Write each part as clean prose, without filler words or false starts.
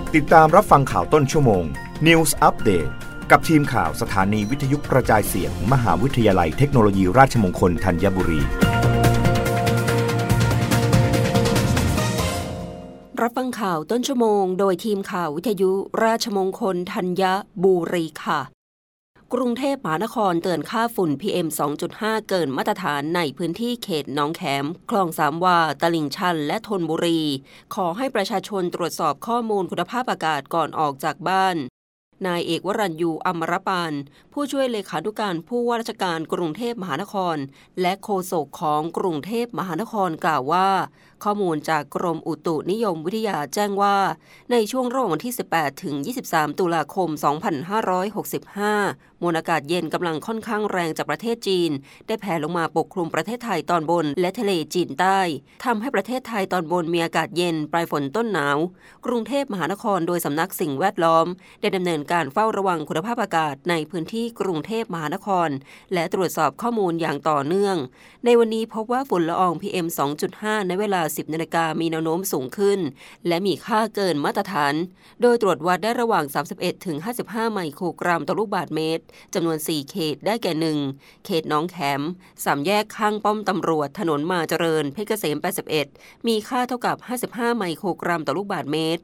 ติดตามรับฟังข่าวต้นชั่วโมง News Update กับทีมข่าวสถานีวิทยุกระจายเสียง มหาวิทยาลัยเทคโนโลยีราชมงคลธัญบุรีรับฟังข่าวต้นชั่วโมงโดยทีมข่าววิทยุราชมงคลธัญบุรีค่ะกรุงเทพมหานครเตือนค่าฝุ่น PM 2.5 เกินมาตรฐานในพื้นที่เขตหนองแขมคลองสามวาตลิ่งชันและธนบุรีขอให้ประชาชนตรวจสอบข้อมูลคุณภาพอากาศก่อนออกจากบ้านนายเอกวรัญยูอมรปานผู้ช่วยเลขานุการผู้ว่าราชการกรุงเทพมหานครและโฆษกของกรุงเทพมหานครกล่าวว่าข้อมูลจากกรมอุตุนิยมวิทยาแจ้งว่าในช่วงระหว่างวันที่18ถึง23ตุลาคม2565มวลอากาศเย็นกำลังค่อนข้างแรงจากประเทศจีนได้แผ่ลงมาปกคลุมประเทศไทยตอนบนและทะเลจีนใต้ทำให้ประเทศไทยตอนบนมีอากาศเย็นปลายฝนต้นหนาวกรุงเทพมหานครโดยสำนักสิ่งแวดล้อมได้ดำเนินการเฝ้าระวังคุณภาพอากาศในพื้นที่กรุงเทพมหานครและตรวจสอบข้อมูลอย่างต่อเนื่องในวันนี้พบว่าฝุ่นละออง PM 2.5 ในเวลา 10 นาฬิกามีแนวโน้มสูงขึ้นและมีค่าเกินมาตรฐานโดยตรวจวัดได้ระหว่าง 31 ถึง 55 ไมโครกรัมต่อลูกบาศก์เมตรจำนวน 4 เขตได้แก่ 1 เขตหนองแขม3 แยกข้างป้อมตำรวจถนนมาเจริญเพชรเกษม 81 มีค่าเท่ากับ 55 ไมโครกรัมต่อลูกบาศก์เมตร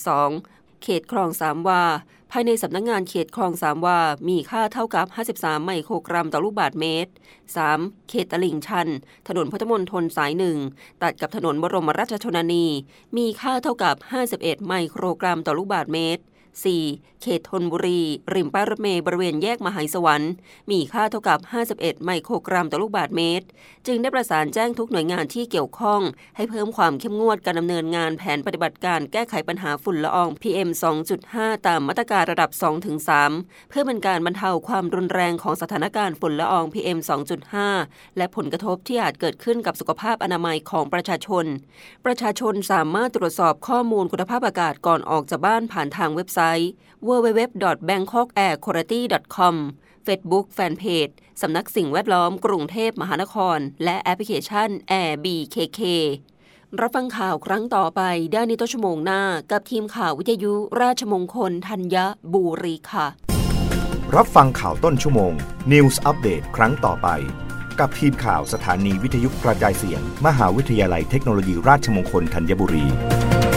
2 เขตคลองสามวาภายในสำนักงานเขตคลองสามวามีค่าเท่ากับ 53 ไมโครกรัมต่อลูกบาศก์เมตร 3. เขตตลิ่งชันถนนพุทธมณฑลสาย1ตัดกับถนนบรมราชชนนีมีค่าเท่ากับ 51 ไมโครกรัมต่อลูกบาศก์เมตร 4. เขตธนบุรีริมป้ายรถเมล์บริเวณแยกมหาสวรรค์มีค่าเท่ากับ 51 ไมโครกรัมต่อลูกบาศก์เมตรจึงได้ประสานแจ้งทุกหน่วยงานที่เกี่ยวข้องให้เพิ่มความเข้มงวดการดำเนินงานแผนปฏิบัติการแก้ไขปัญหาฝุ่นละออง PM 2.5 ตามมาตรการระดับ 2-3 เพื่อเป็นการบรรเทาความรุนแรงของสถานการณ์ฝุ่นละออง PM 2.5 และผลกระทบที่อาจเกิดขึ้นกับสุขภาพอนามัยของประชาชนสามารถตรวจสอบข้อมูลคุณภาพอากาศก่อนออกจากบ้านผ่านทางเว็บไซต์ www.bangkokairquality.com Facebook Fanpage สำนักสิ่งแวดล้อมกรุงเทพมหานครและแอปพลิเคชัน Air BKK รับฟังข่าวครั้งต่อไปได้ในต้นชั่วโมงหน้ากับทีมข่าววิทยุราชมงคลธัญบุรีค่ะรับฟังข่าวต้นชั่วโมง News Update ครั้งต่อไปกับทีมข่าวสถานีวิทยุกระจายเสียง มหาวิทยาลัยเทคโนโลยีราชมงคลธัญบุรี